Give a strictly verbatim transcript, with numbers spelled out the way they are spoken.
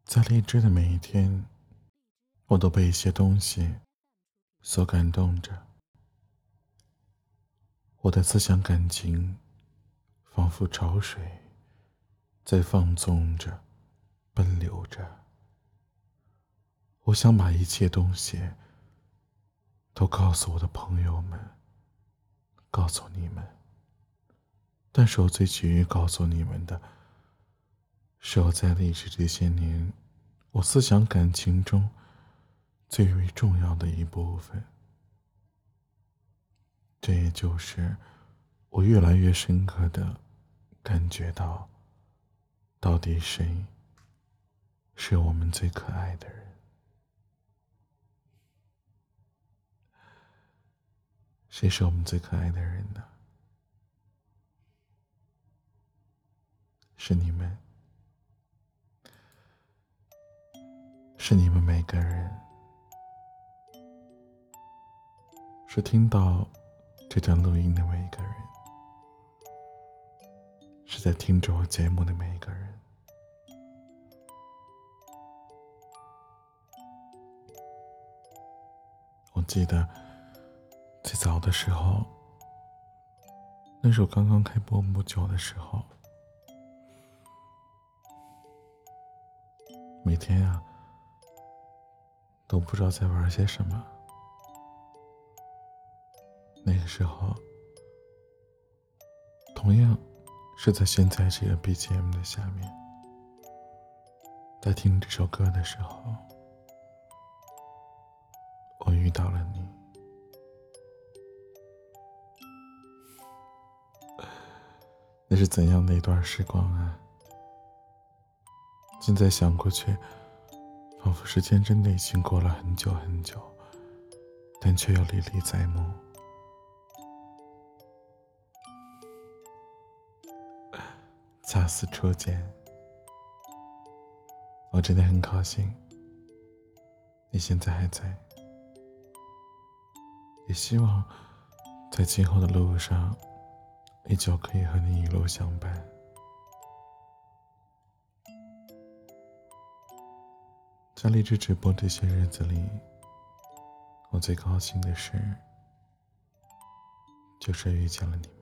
在励志的每一天，我都被一些东西所感动着。我的思想感情仿佛潮水，在放纵着，奔流着。我想把一切东西都告诉我的朋友们，告诉你们。但是我最急于告诉你们的，是我在励志这些年，我思想感情中最为重要的一部分。这也就是我越来越深刻的感觉到，到底谁是我们最可爱的人？谁是我们最可爱的人呢？是你们，是你们每个人，是听到这段录音的每一个人，是在听着我节目的每一个人。我记得最早的时候，那时候刚刚开播不久的时候，每天啊都不知道在玩些什么。那个时候同样是在现在这个 B G M 的下面，在听这首歌的时候，我遇到了你。那是怎样的一段时光啊！现在想过去，仿佛时间真的已经过了很久很久，但却又历历在目。恰似初见，我真的很高兴你现在还在，也希望在今后的路上依旧可以和你一路相伴。在励志直播这些日子里，我最高兴的事就是遇见了你们。